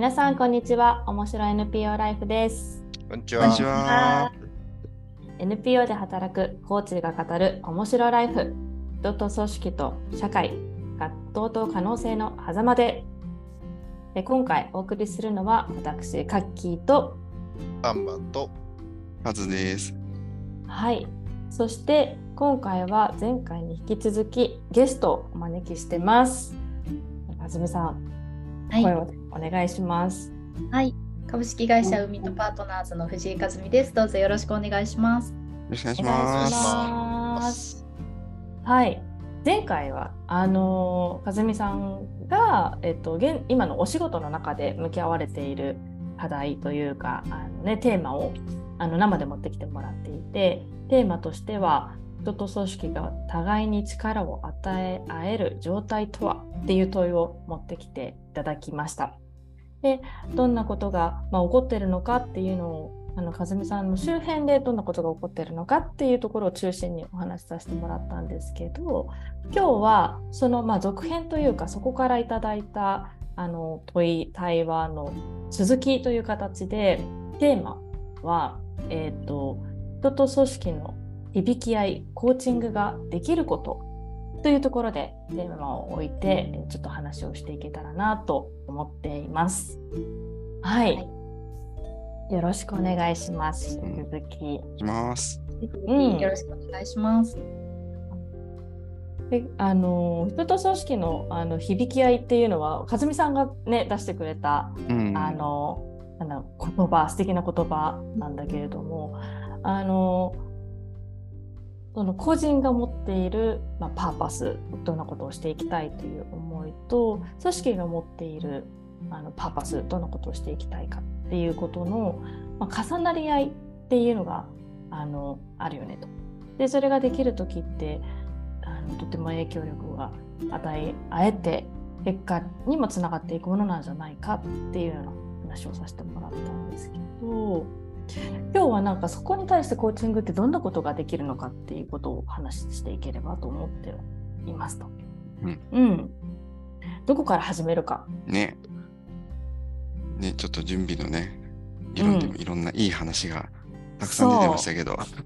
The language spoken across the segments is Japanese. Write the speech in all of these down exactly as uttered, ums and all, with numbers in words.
皆さんこんにちは。面白い エヌピーオー ライフです。 こんにちは。 エヌピーオー で働くコーチが語る面白いライフ。人と組織と社会、葛藤と可能性の狭間で。で今回お送りするのは私カッキーとバンバンとカズです。 はい。そして今回は前回に引き続きゲストをお招きしてます。かずみさん、 はい、 声をお願いします。 はい、株式会社海とパートナーズの藤井和美です。どうぞよろしくお願いします。よろしくお願いします。 ますはい、前回はあのかずみさんが、えっと、現今のお仕事の中で向き合われている課題というかあの、ね、テーマをあの生で持ってきてもらっていて、テーマとしては人と組織が互いに力を与え合える状態とはっていう問いを持ってきていただきました。でどんなことが、まあ、起こっているのかっていうのをあのかずみさんの周辺でどんなことが起こっているのかっていうところを中心にお話しさせてもらったんですけど、今日はその、まあ、続編というかそこからいただいたあの問い対話の続きという形で、テーマは、えーと、人と組織の響き合い、コーチングができることというところでテーマを置いてちょっと話をしていけたらなと思っています。はい、はい、よろしくお願いします。引き続きします、 うん、よろしくお願いします。 であの人と組織の、あの響き合いっていうのはかずみさんが、ね、出してくれた、うん、あのあの言葉、素敵な言葉なんだけれども、あのその個人が持っている、まあ、パーパス、どんなことをしていきたいという思いと、組織が持っているあのパーパス、どんなことをしていきたいかっていうことの、まあ、重なり合いっていうのが あのあるよねと。でそれができる時ってあのとても影響力が与え合えて結果にもつながっていくものなんじゃないかっていうような話をさせてもらったんですけど、今日はなんかそこに対してコーチングってどんなことができるのかっていうことを話していければと思っていますと。うん、うん、どこから始めるかね。ね、ちょっと準備のね、議論でもいろんないい話がたくさん出てましたけど、 うん、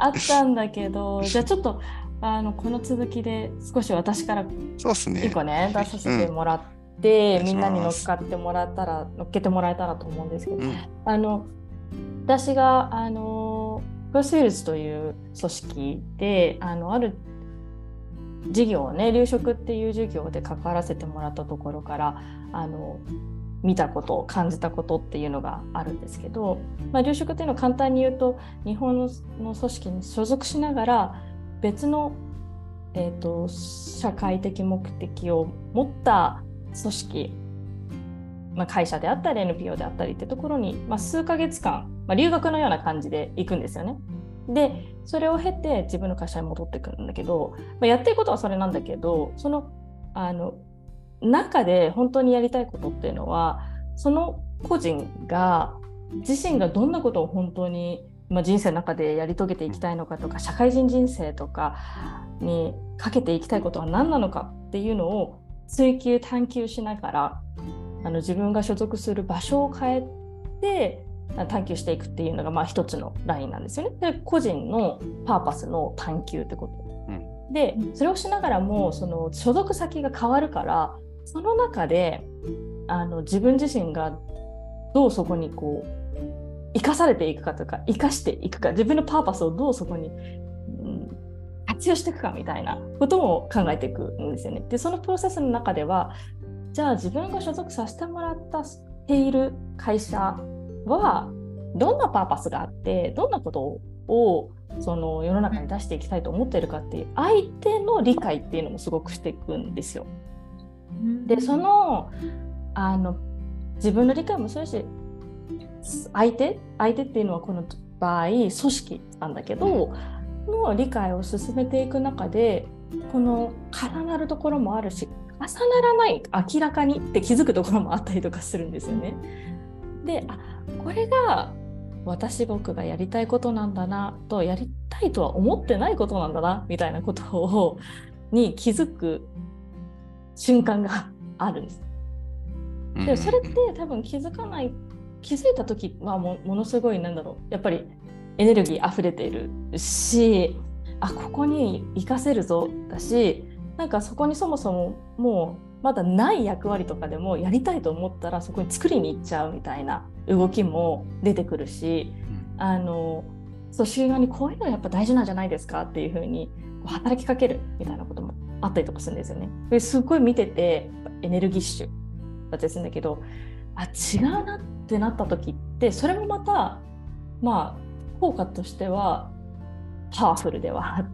あったんだけど、じゃあちょっとあのこの続きで少し私から一個ね出させてもらって、うん、みんなに乗っかってもらったら乗っけてもらえたらと思うんですけど、うん、あの私があのプロセールスという組織であのある事業をね、留職っていう授業で関わらせてもらったところからあの見たこと、感じたことっていうのがあるんですけど、まあ、留職っていうのを簡単に言うと、日本の組織に所属しながら別の、えーと、社会的目的を持った組織、まあ、会社であったり エヌピーオー であったりってところに、まあ、数ヶ月間、まあ、留学のような感じで行くんですよね。でそれを経て自分の会社に戻ってくるんだけど、まあ、やっていることはそれなんだけど、そのあの中で本当にやりたいことっていうのは、その個人が自身がどんなことを本当に、まあ、人生の中でやり遂げていきたいのかとか、社会人人生とかにかけていきたいことは何なのかっていうのを追求探求しながら、あの自分が所属する場所を変えて探求していくっていうのがまあ一つのラインなんですよね。で個人のパーパスの探求ってこと、うん、でそれをしながらもその所属先が変わるから、その中であの自分自身がどうそこにこう生かされていくかとか、生かしていくか、自分のパーパスをどうそこに、うん、活用していくかみたいなことも考えていくんですよね。でそのプロセスの中では、じゃあ自分が所属させてもらっている会社はどんなパーパスがあって、どんなことをその世の中に出していきたいと思っているかっていう相手の理解っていうのもすごくしていくんですよ。でその、あの自分の理解もそうだし、相手相手っていうのはこの場合組織なんだけどの理解を進めていく中で、この重なるところもあるし、重ならない、明らかにって気づくところもあったりとかするんですよね。で、あ、これが私僕がやりたいことなんだなと、やりたいとは思ってないことなんだなみたいなことをに気づく瞬間があるんです。 でもそれって多分気づかない気づいた時はもものすごいなんだろうやっぱりエネルギー溢れているし、あここに活かせるぞだし、なんかそこにそもそももうまだない役割とかでもやりたいと思ったらそこに作りに行っちゃうみたいな動きも出てくるし、あの組織側にこういうのやっぱ大事なんじゃないですかっていう風に働きかけるみたいなこともあったりとかするんですよね。ですごい見ててエネルギッシュだったりするんだけど、あ違うなってなった時ってそれもまたまあ効果としてはパワフルではあって、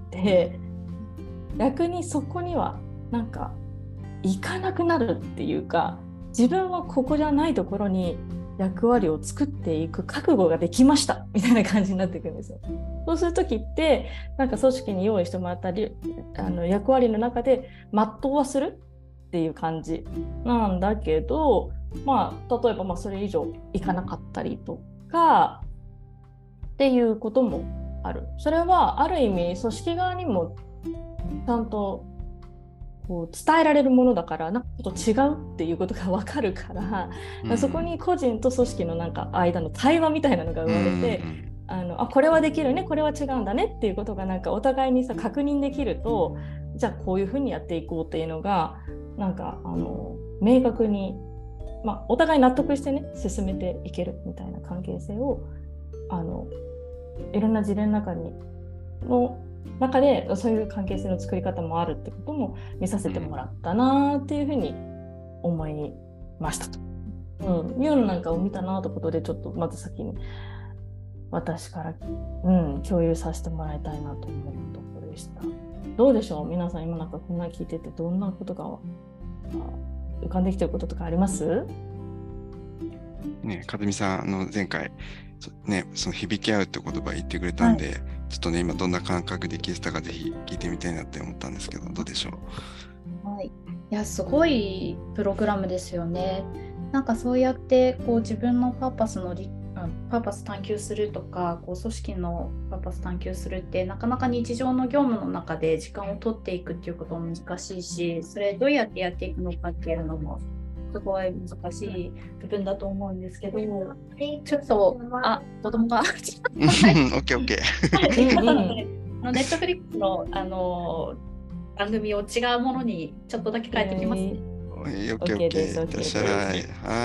逆にそこにはなんか行かなくなるっていうか、自分はここじゃないところに役割を作っていく覚悟ができましたみたいな感じになっていくんですよ。そうする時ってなんか組織に用意してもらったりあの役割の中で全うはするっていう感じなんだけど、まあ例えばまあそれ以上いかなかったりとかっていうこともある。それはある意味組織側にもちゃんとこう伝えられるものだから、なんかちょっと違うっていうことが分かるから、うん、そこに個人と組織のなんか間の対話みたいなのが生まれて、うん、あのあこれはできるね、これは違うんだねっていうことがなんかお互いにさ確認できると、じゃあこういうふうにやっていこうっていうのがなんかあの明確に、まあ、お互い納得してね進めていけるみたいな関係性をあのいろんな事例の中にの中でそういう関係性の作り方もあるってことも見させてもらったなっていうふうに思いましたと、うん、いうのなんかを見たなということで、ちょっとまず先に私から、うん、共有させてもらいたいなと思うところでした。どうでしょう皆さん、今なんかこんな聞いててどんなことが浮かんできてることとかあります？ ね、かずみさんあの前回ね、その響き合うって言葉言ってくれたんで、はい、ちょっとね今どんな感覚で聞いてたかぜひ聞いてみたいなって思ったんですけど、どうでしょう？はい、いやすごいプログラムですよね。なんかそうやってこう自分のパーパスのリパーパス探求するとか、こう組織のパーパス探求するってなかなか日常の業務の中で時間を取っていくっていうことも難しいし、それどうやってやっていくのかっていうのもすごい難しい部分だと思うんですけど、ちょっとあ子供がオッケーオッケーネットフリックスのあの番組を違うものにちょっとだけ変えてきますね。 オッケーオッケーいってらっしゃい。はい。い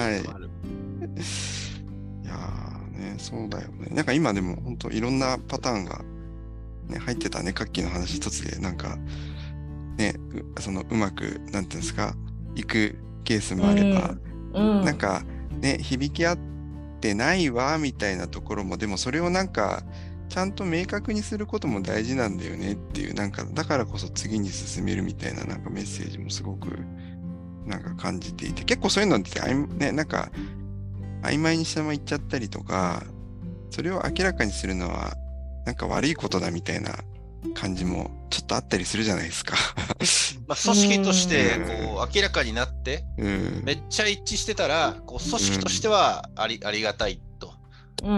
やーね、そうだよね。なんか今でも本当いろんなパターンが、ね、入ってたね。カッキーの話一つでなんかね、そのうまくなんていうんですか、いくケースもあれば、うんうん、なんかね響き合ってないわみたいなところも、でもそれをなんかちゃんと明確にすることも大事なんだよねっていう、なんかだからこそ次に進めるみたいななんかメッセージもすごくなんか感じていて、結構そういうのってねなんか曖昧にしたまま言っちゃったりとか、それを明らかにするのはなんか悪いことだみたいな感じもちょっとあったりするじゃないですかまあ組織としてこう明らかになって、うん、めっちゃ一致してたらこう組織としてはあり、うん、ありがたいと、うん、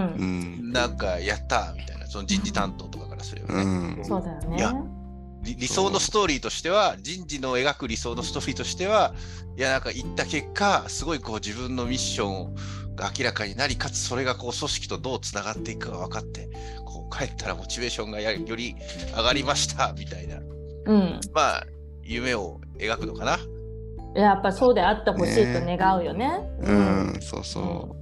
なんかやったみたいな、その人事担当とかからするよね、 うん、そうだよね。 いや理想のストーリーとしては、人事の描く理想のストーリーとしては、いやなんか言った結果すごいこう自分のミッションが明らかになり、かつそれがこう組織とどうつながっていくかが分かって、こう帰ったらモチベーションがより上がりましたみたいな、うん、まあ夢を描くのかな。 やっぱそうであってほしいと願うよね。ねうん、うん、そうそう、うん、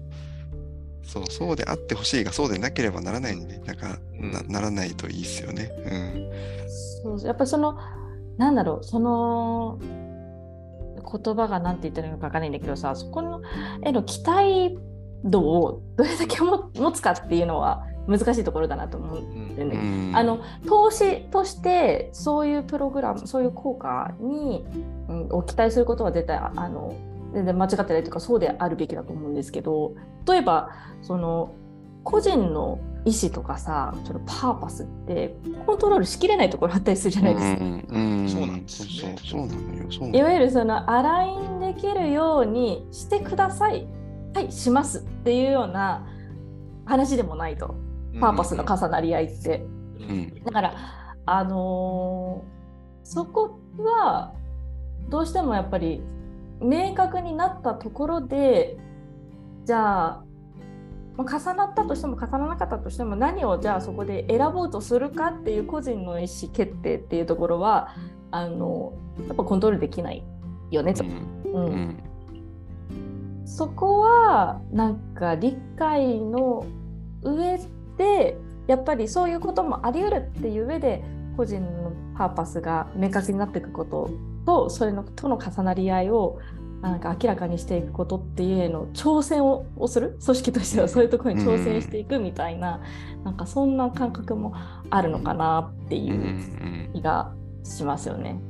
そうそうであってほしいがそうでなければならないんで、なんか な, ならないといいですよね。 うん、そうやっぱりそのなんだろうその言葉がなんて言ったらいいのか分からないんだけどさ、そこのへの期待度をどれだけ持つかっていうのは難しいところだなと思うんだよね。うん、あの投資としてそういうプログラム、そういう効果に、うん、を期待することは絶対あの全然間違ってないというか、そうであるべきだと思うんですけど、例えばその個人の意思とかさ、そのパーパスってコントロールしきれないところあったりするじゃないですか。うんうん、そうなんですね。 そうなのよ。そうなのよ。 いわゆるそのアラインできるようにしてください、はいしますっていうような話でもないと、パーパスの重なり合いって、うん、だからあのー、そこはどうしてもやっぱり明確になったところで、じゃあ、まあ、重なったとしても重ならなかったとしても何をじゃあそこで選ぼうとするかっていう個人の意思決定っていうところはあのやっぱコントロールできないよねと、うんうん、そこはなんか理解の上でやっぱりそういうこともあり得るっていう上で個人のパーパスが明確になっていくこととそれのとの重なり合いをなんか明らかにしていくことっていうの挑戦をする組織としてはそういうところに挑戦していくみたいな、うん、なんかそんな感覚もあるのかなっていう気がしますよね。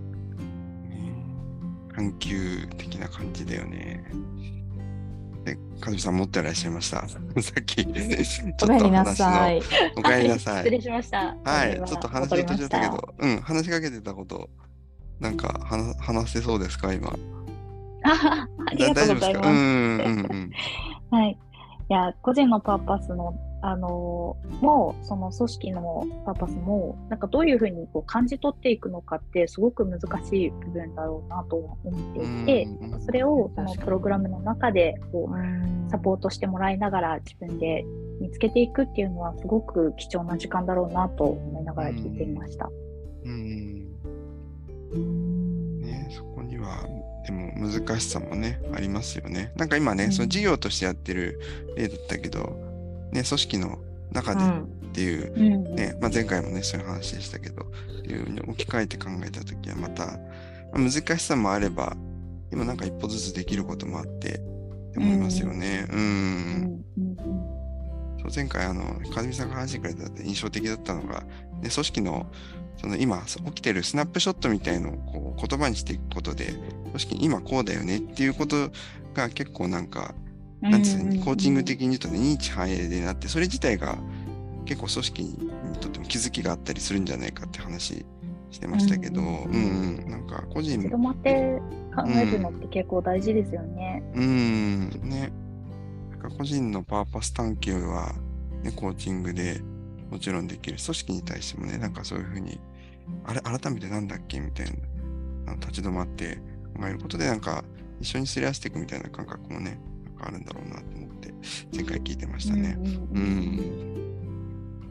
探求的な感じだよね。で、かずみさん持ってらっしゃいました。さっきちょっと話のおかえりなさい。 失礼しました。 はい、ちょっと話の途中だけど、うん、話しかけてたことなんか話話せそうですか今。 あ, ありがとうございます。はい。いや、個人のパーパスの、あのー、もう、その組織のパーパスも、なんかどういうふうにこう感じ取っていくのかって、すごく難しい部分だろうなと思っていて、それをそのプログラムの中でこうサポートしてもらいながら自分で見つけていくっていうのは、すごく貴重な時間だろうなと思いながら聞いていました。 うんうんね、そこには、でも難しさもねありますよね。なんか今ね、うん、その事業としてやってる例だったけど、ね、組織の中でっていう、うんねまあ、前回もねそういう話でしたけどっていう風に置き換えて考えたときはまた、まあ、難しさもあれば今なんか一歩ずつできることもあってって思いますよね。うん、うんそう前回あのかずみさんが話してくれた印象的だったのが、ね、組織のその今起きてるスナップショットみたいのをこう言葉にしていくことで組織に今こうだよねっていうことが結構なんかなんつうのコーチング的に言うとね認知反映でなってそれ自体が結構組織にとっても気づきがあったりするんじゃないかって話してましたけど、うん、うん、なんか個人立ち止まって考えるのって結構大事ですよね。 うん、うんね。なんか個人のパーパス探求は、ね、コーチングでもちろんできる組織に対してもねなんかそういうふうにあれ改めてなんだっけみたいな立ち止まって考えることでなんか一緒にすり合わせていくみたいな感覚もねなんかあるんだろうなと思って前回聞いてましたね。うんうんうん、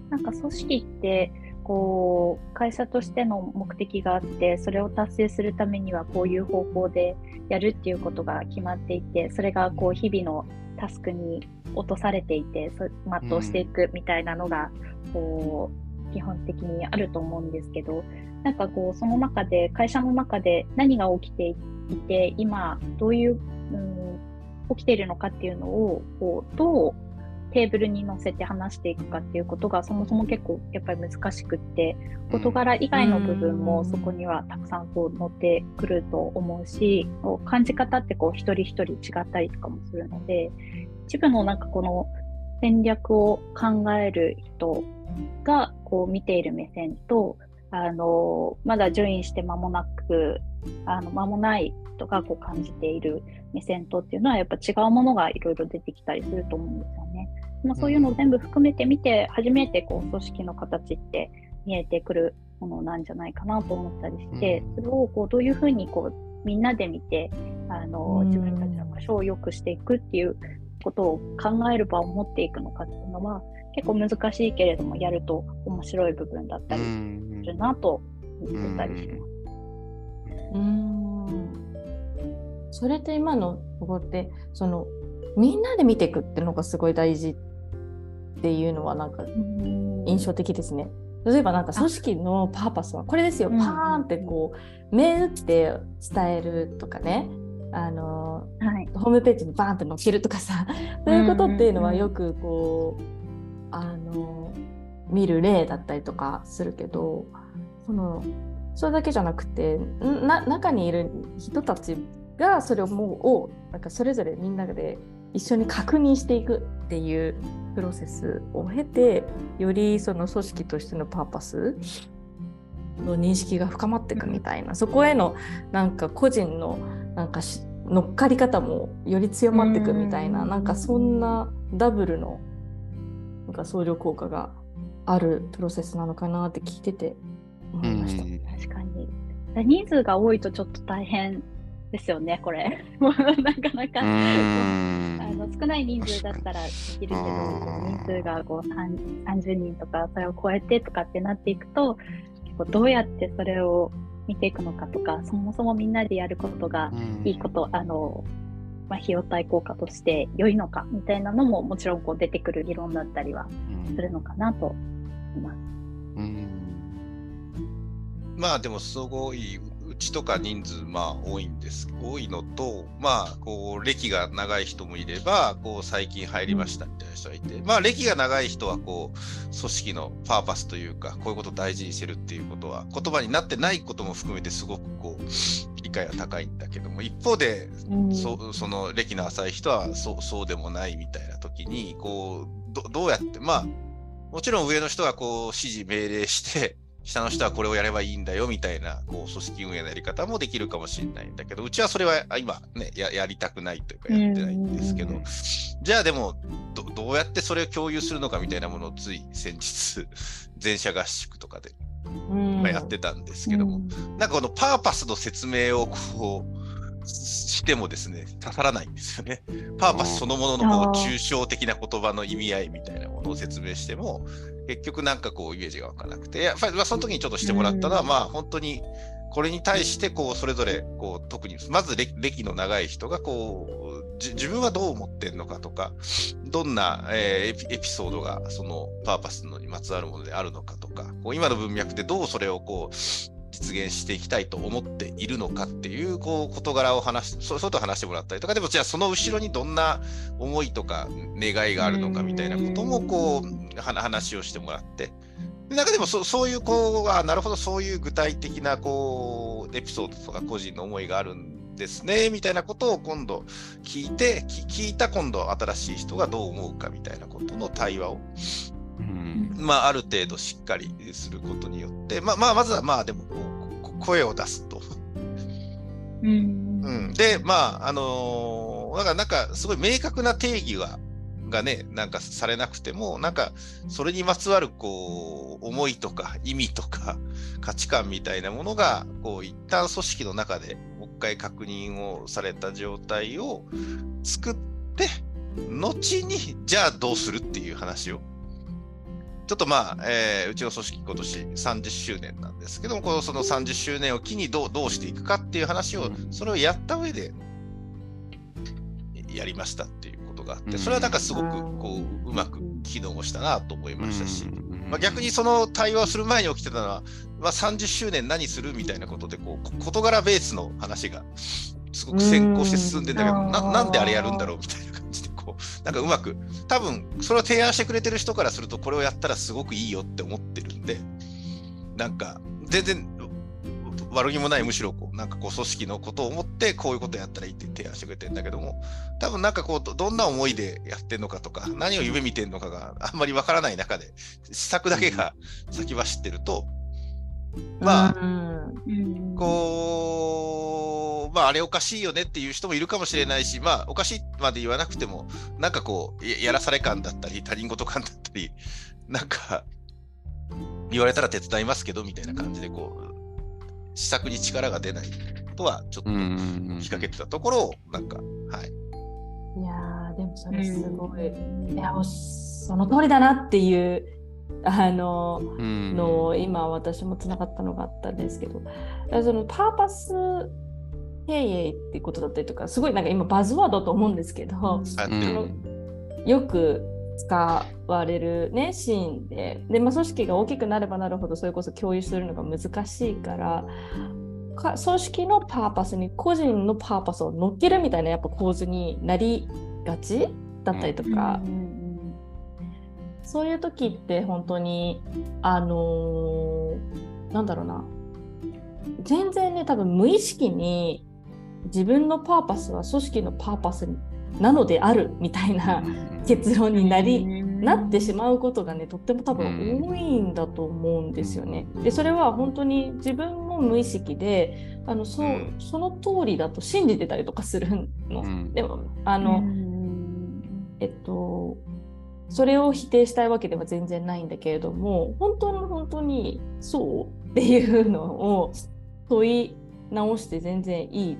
なんか組織ってこう会社としての目的があってそれを達成するためにはこういう方法でやるっていうことが決まっていてそれがこう日々のタスクに落とされていて全うしていくみたいなのがこう基本的にあると思うんですけどなんかこうその中で会社の中で何が起きていて今どういう、うん、起きているのかっていうのをこうどうテーブルに乗せて話していくかっていうことがそもそも結構やっぱり難しくって事柄以外の部分もそこにはたくさんこう乗ってくると思うし感じ方ってこう一人一人違ったりとかもするので一部のなんかこの戦略を考える人がこう見ている目線とあのまだジョインして間もなくあの間もない人がこう感じている目線とっていうのはやっぱ違うものがいろいろ出てきたりすると思うんですよね。まあ、そういうのを全部含めて見て初めてこう組織の形って見えてくるものなんじゃないかなと思ったりしてそれをこうどういうふうにこうみんなで見てあの自分たちの場所を良くしていくっていうことを考える場を持っていくのかっていうのは結構難しいけれどもやると面白い部分だったりするなと思ったりします。 うーんそれって今のところってそのみんなで見ていくっていうのがすごい大事っていうのはなんか印象的ですね。例えばなんか組織のパーパスはこれですよパーンってこう銘打って伝えるとかねあの、はい、ホームページにバーンって載っけるとかさそういうことっていうのはよくこうあの見る例だったりとかするけどそのそれだけじゃなくてな中にいる人たちがそれをもうをなんかそれぞれみんなで一緒に確認していくっていうプロセスを経てよりその組織としてのパーパスの認識が深まっていくみたいなそこへのなんか個人のなんかし乗っかり方もより強まっていくみたいななんかそんなダブルのなんか相乗効果があるプロセスなのかなって聞いてて思いました。 確かに人数が多いとちょっと大変ですよね、これ。もうなかなかあの少ない人数だったらできるけど、人数がこうさんじゅうにんとかそれを超えてとかってなっていくと、結構どうやってそれを見ていくのかとか、そもそもみんなでやることがいいこと、あの、まあ、費用対効果として良いのかみたいなのももちろんこう出てくる議論だったりはするのかなと思います。 うん、まあでもすごいうちとか人数まあ多いんです多いのと、まあこう歴が長い人もいればこう最近入りましたみたいな人がいて、うん、まあ歴が長い人はこう組織のパーパスというかこういうことを大事にしてるっていうことは言葉になってないことも含めてすごくこう理解は高いんだけども、一方で、うん、そ, その歴の浅い人は そ, そうでもないみたいな時にこう ど, どうやってまあもちろん上の人がこう指示命令して下の人はこれをやればいいんだよみたいなこう組織運営のやり方もできるかもしれないんだけど、うちはそれは今ね や, やりたくないというかやってないんですけど、じゃあでも ど, どうやってそれを共有するのかみたいなものをつい先日全社合宿とかで、まあ、やってたんですけども、なんかこのパーパスの説明をこうしてもですね刺さらないんですよね。パーパスそのもののこう抽象的な言葉の意味合いみたいなものを説明しても結局なんかこうイメージが湧かなくて、やっぱりまあその時にちょっとしてもらったのは、まあ本当にこれに対してこうそれぞれこう特にまず歴の長い人がこう自分はどう思ってるのかとか、どんな、えー、エピソードがそのパーパスのにまつわるものであるのかとか、こう今の文脈でどうそれをこう実現していきたいと思っているのかっていうこう事柄を話し、そういうことを話してもらったりとか、でもじゃあその後ろにどんな思いとか願いがあるのかみたいなこともこう話をしてもらって、でなんかでも そ, そういうこうあなるほどそういう具体的なこうエピソードとか個人の思いがあるんですねみたいなことを今度聞いて聞いた今度新しい人がどう思うかみたいなことの対話を。うん、まあある程度しっかりすることによって、まあまあまずはまあでもこう声を出すと、うんうん、でまああのー、だからなんかすごい明確な定義ががねなんかされなくてもなんかそれにまつわるこう思いとか意味とか価値観みたいなものがこう一旦組織の中でもう一回確認をされた状態を作って後にじゃあどうするっていう話をちょっとまあ、えー、うちの組織今年さんじゅっしゅうねんなんですけども、このそのさんじゅっしゅうねんを機にどう、どうしていくかっていう話を、それをやった上でやりましたっていうことがあって、それはなんかすごくこううまく機能をしたなと思いましたし、まあ、逆にその対話をする前に起きてたのは、まあ、さんじゅっしゅうねん何するみたいなことでこう事柄ベースの話がすごく先行して進んでんだけど、な, なんであれやるんだろうみたいな感じでこうなんかうまく多分それを提案してくれてる人からするとこれをやったらすごくいいよって思ってるんで、なんか全然悪気もない、むしろこうなんかこう組織のことを思ってこういうことやったらいいって提案してくれてるんだけども、多分なんかこう ど, どんな思いでやってんのかとか何を夢見てんのかがあんまりわからない中で施策だけが先走ってると、まあ、うん、こうまああれおかしいよねっていう人もいるかもしれないし、まあおかしいまで言わなくてもなんかこう や, やらされ感だったり他人事感だったりなんか言われたら手伝いますけどみたいな感じでこう施策に力が出ないとはちょっと引っ掛けてたところをなんか、はい。 いやーでもそれすごい、いやその通りだなっていうあのの今私もつながったのがあったんですけど、そのパーパス経営っていうことだったりとかすごいなんか今バズワードと思うんですけど、うん、よく使われるねシーンで、で、まあ、組織が大きくなればなるほどそれこそ共有するのが難しいからか組織のパーパスに個人のパーパスを乗っけるみたいなやっぱ構図になりがちだったりとか、うん、そういう時って本当にあのー、なんだろうな全然ね多分無意識に自分のパーパスは組織のパーパスなのであるみたいな結論になりなってしまうことがねとっても多分多いんだと思うんですよね。でそれは本当に自分も無意識であの そ, その通りだと信じてたりとかするの。でもあのえっとそれを否定したいわけでは全然ないんだけれども、本当に本当にそうっていうのを問い直して全然いい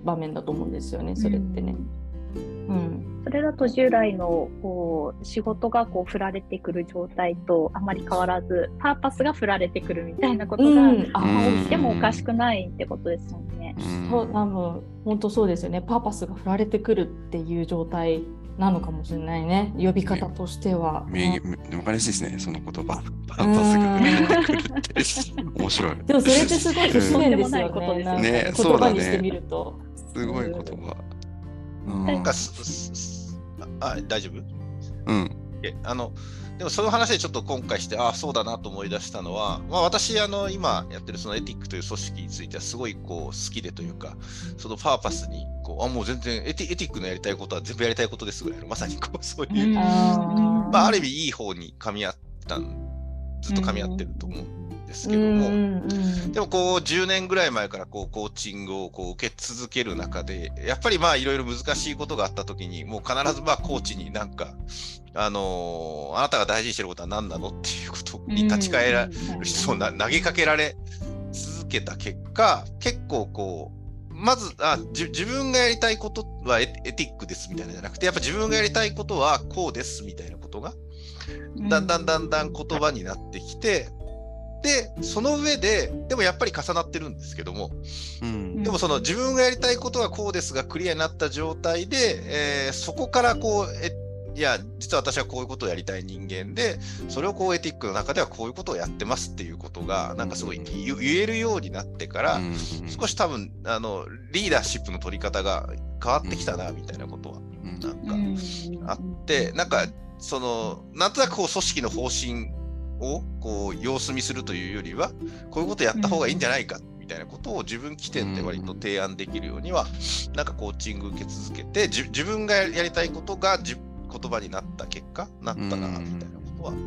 場面だと思うんですよね、それってね。うん、 それだと従来のこう仕事がこう振られてくる状態とあまり変わらず、パーパスが振られてくるみたいなことが、うん、あ起きてもおかしくないってことですもんね。 そう、多分本当そうですよね。パーパスが振られてくるっていう状態なのかもしれないね、呼び方としては。 名言、分かりやすいですね、その言葉。パーパスが振られてくるって面白い。 でもそれってすごい不自然ですよね。 ね、 言葉にしてみると。 すごい言葉。 なんかすあ大丈夫？ うん。 えあのでもその話でちょっと今回してああそうだなと思い出したのは、まあ、私あの今やってるそのエティックという組織についてはすごいこう好きでというか、そのパーパスにこうあもう全然エティ、エティックのやりたいことは全部やりたいことですぐらいのまさにこうそういう、あまあある意味いい方に噛み合ったずっと噛み合ってると思うんですけども、でもこうじゅうねんぐらい前からこうコーチングをこう受け続ける中でやっぱりまあいろいろ難しいことがあった時にもう必ずまあコーチになんかあのー、あなたが大事にしてることは何なのっていうことに立ち返られる質問を投げかけられ続けた結果、結構こうまずあじ自分がやりたいことはエティックですみたいなじゃなくて、やっぱ自分がやりたいことはこうですみたいなことがだんだんだんだん言葉になってきて、でその上ででもやっぱり重なってるんですけども、うん、でもその自分がやりたいことはこうですがクリアになった状態で、えー、そこからこうえいや実は私はこういうことをやりたい人間で、それをこうエティックの中ではこういうことをやってますっていうことがなんかすごい言えるようになってから、うん、少し多分あのリーダーシップの取り方が変わってきたなみたいなことはなんかあって、なんかそのなんとなくこう組織の方針をこう様子見するというよりはこういうことやった方がいいんじゃないかみたいなことを自分起点で割と提案できるようにはなんかコーチング受け続けて、じ自分がやりたいことがじ言葉になった結果なったなみたいなことは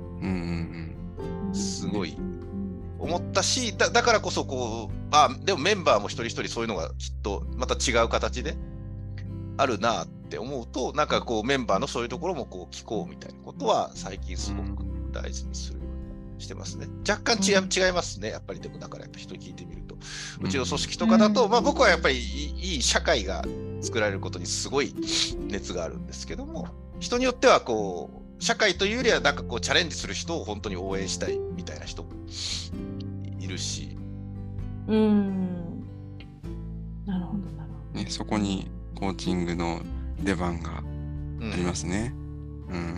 すごい思ったし、だ, だからこそこうあでもメンバーも一人一人そういうのがきっとまた違う形であるなって思うと、なんかこうメンバーのそういうところもこう聞こうみたいなことは最近すごく大事にするようにしてますね。若干違, 違いますねやっぱり。でもだからやっぱ人に聞いてみると、うちの組織とかだと、まあ、僕はやっぱりいい社会が作られることにすごい熱があるんですけども、人によってはこう社会というよりはなんかこうチャレンジする人を本当に応援したいみたいな人もいるし、 うーんなるほどなるほど、 ね、そこにコーチングの出番がありますね。うん、うん、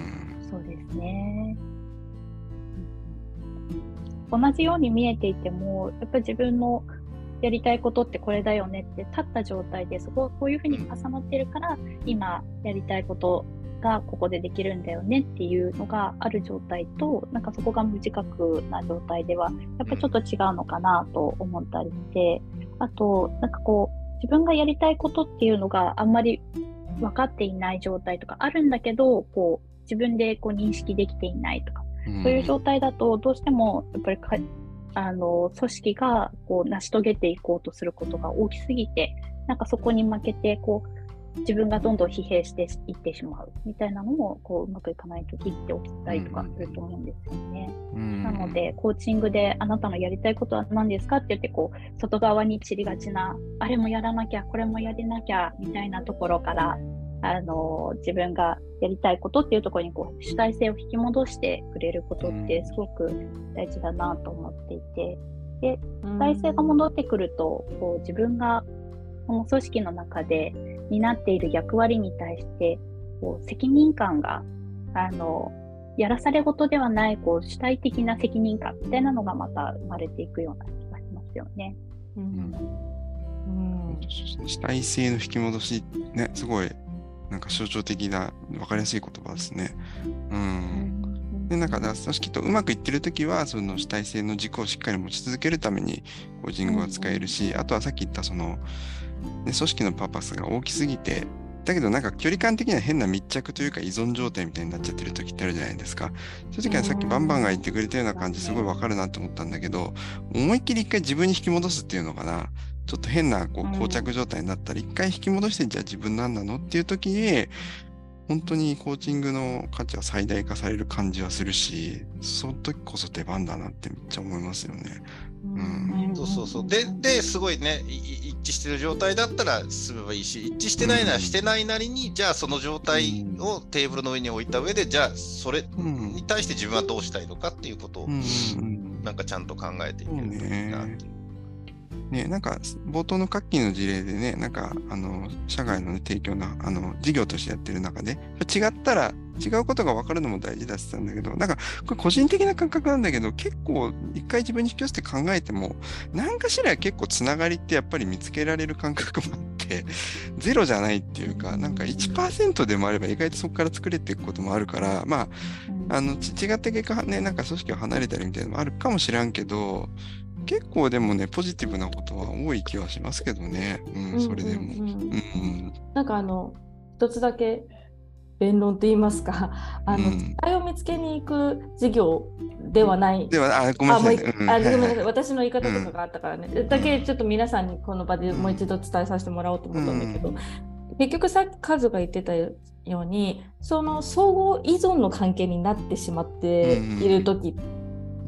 そうですね。同じように見えていてもやっぱり自分のやりたいことってこれだよねって立った状態でそここういうふうに重なってるから今やりたいことがここでできるんだよねっていうのがある状態と、なんかそこが無自覚な状態ではやっぱりちょっと違うのかなと思ったりして、あとなんかこう自分がやりたいことっていうのがあんまり分かっていない状態とかあるんだけど、こう自分でこう認識できていないとか、そういう状態だとどうしてもやっぱりかあの組織がこう成し遂げていこうとすることが大きすぎて、なんかそこに負けてこう自分がどんどん疲弊していってしまうみたいなのもこううまくいかないときって起きたりとかすると思うんですよね。なのでコーチングであなたのやりたいことは何ですかって言ってこう外側に散りがちなあれもやらなきゃこれもやりなきゃみたいなところからあの自分がやりたいことっていうところにこう主体性を引き戻してくれることってすごく大事だなと思っていて、で主体性が戻ってくるとこう自分がこの組織の中で担っている役割に対してこう責任感があのやらされ事ではないこう主体的な責任感みたいなのがまた生まれていくような気がしますよね。うんうん、主体性の引き戻しね、すごいなんか象徴的な分かりやすい言葉ですね。うん。でなんか組織とうまくいってるときはその主体性の軸をしっかり持ち続けるためにコーチングは使えるし、あとはさっき言ったその、ね、組織のパーパスが大きすぎてだけどなんか距離感的には変な密着というか依存状態みたいになっちゃってる時ってあるじゃないですか。そういう時はさっきバンバンが言ってくれたような感じすごい分かるなと思ったんだけど、思いっきり一回自分に引き戻すっていうのかな。ちょっと変なこう膠着状態になったら一回引き戻してじゃあ自分何なのっていう時に本当にコーチングの価値は最大化される感じはするし、その時こそ出番だなってめっちゃ思いますよね。 うん、そうそうそう。で、ですごいね、一致ししてる状態だったら進めばいいし、一致してないならしてないなりに、じゃあその状態をテーブルの上に置いた上で、じゃあそれに対して自分はどうしたいのかっていうことをなんかちゃんと考えていけるといいなっていう。 ね、なんか冒頭のカッキーの事例でね、なんかあの社外の、ね、提供のあの事業としてやってる中で違ったら違うことが分かるのも大事だって言ったんだけど、なんかこれ個人的な感覚なんだけど、結構一回自分に引き寄せて考えても何かしら結構つながりってやっぱり見つけられる感覚もあってゼロじゃないっていうか、なんか いちパーセント でもあれば意外とそこから作れていくこともあるから、まああの違った結果ね、なんか組織を離れたりみたいなのもあるかもしらんけど、結構でもねポジティブなことは多い気はしますけどね、うん、それでも、うんうんうん、 なんかあの一つだけ弁論と言いますか、あの、うん、答えを見つけに行く事業ではない。 では、あ、ごめんなさい、ね。 あ、ごめんなさい。私の言い方とかがあったからね。うん、だけちょっと皆さんにこの場でもう一度伝えさせてもらおうと思ったんだけど、うん、結局さっきカズが言ってたように、その相互依存の関係になってしまっている時って、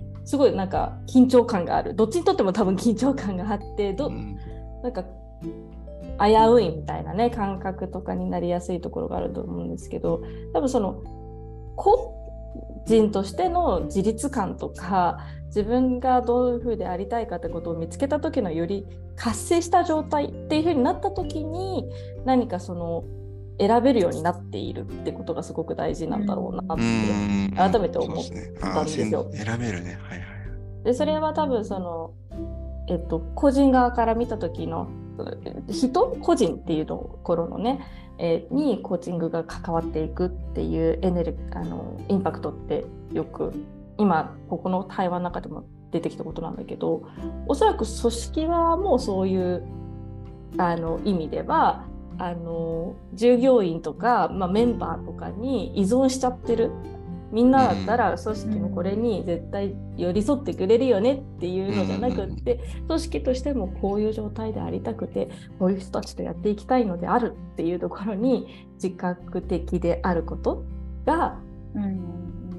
うん、すごいなんか緊張感がある。どっちにとっても多分緊張感があって、ど、うん、なんか危ういみたいなね感覚とかになりやすいところがあると思うんですけど、多分その個人としての自立感とか自分がどういうふうでありたいかってことを見つけた時のより活性した状態っていうふうになった時に何かその選べるようになっているってことがすごく大事なんだろうなって改めて思ったんですよ。 選べるね、はいはい。 でそれは多分その、えっと、個人側から見た時の人個人っていうところのね、えー、にコーチングが関わっていくっていうエネルあのインパクトってよく今ここの対話の中でも出てきたことなんだけど、おそらく組織側もそういうあの意味ではあの従業員とか、まあ、メンバーとかに依存しちゃってる。みんなだったら組織もこれに絶対寄り添ってくれるよねっていうのじゃなくって、組織としてもこういう状態でありたくてこういう人たちとやっていきたいのであるっていうところに自覚的であることが、うん、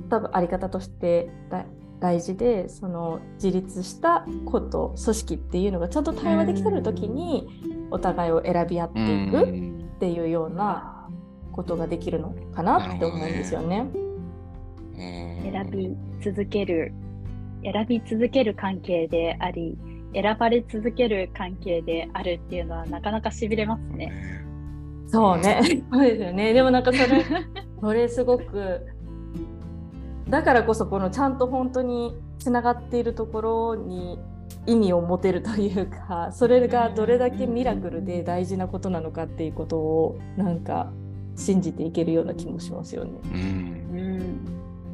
多分あり方として大事で、その自立したこと組織っていうのがちゃんと対話できてる時にお互いを選び合っていくっていうようなことができるのかなって思うんですよね。 選び続ける選び続ける関係であり選ばれ続ける関係であるっていうのはなかなかしびれますね。 そうね、そうですよね。でもなんかそれそれすごくだからこそこのちゃんと本当につながっているところに意味を持てるというか、それがどれだけミラクルで大事なことなのかっていうことをなんか信じていけるような気もしますよね。うん、うん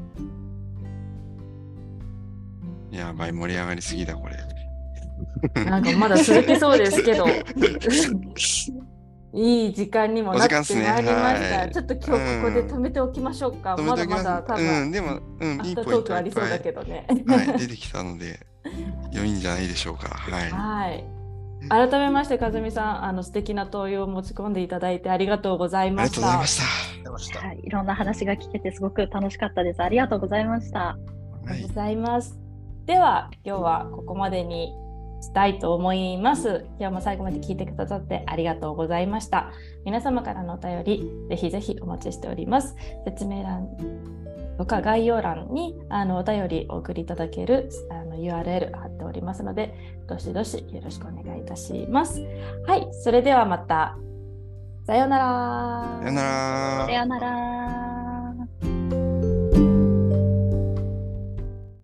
やばい、盛り上がりすぎだこれ。なんかまだ続きそうですけどいい時間にもなってまいりました、ねはい、ちょっと今日ここで止めておきましょうか、うん、まだまだ多分、 うん、でも、うん、 いいポイントトークありそうだけどね、 はい、出てきたので良いんじゃないでしょうか。はい、 はい、改めましてかずみさん、あの素敵な問いを持ち込んでいただいてありがとうございました。 ありがとうございました。 はい、いろんな話が聞けてすごく楽しかったです。ありがとうございました。 ありがとうございます。では今日はここまでにしたいと思います。今日も最後まで聞いてくださってありがとうございました。皆様からのお便りぜひぜひお待ちしております。説明欄とか概要欄にあのお便りお送りいただけるあの ユーアールエル 貼っておりますので、どしどしよろしくお願いいたします。はい、それではまた。さようなら。 さようなら。 さようなら。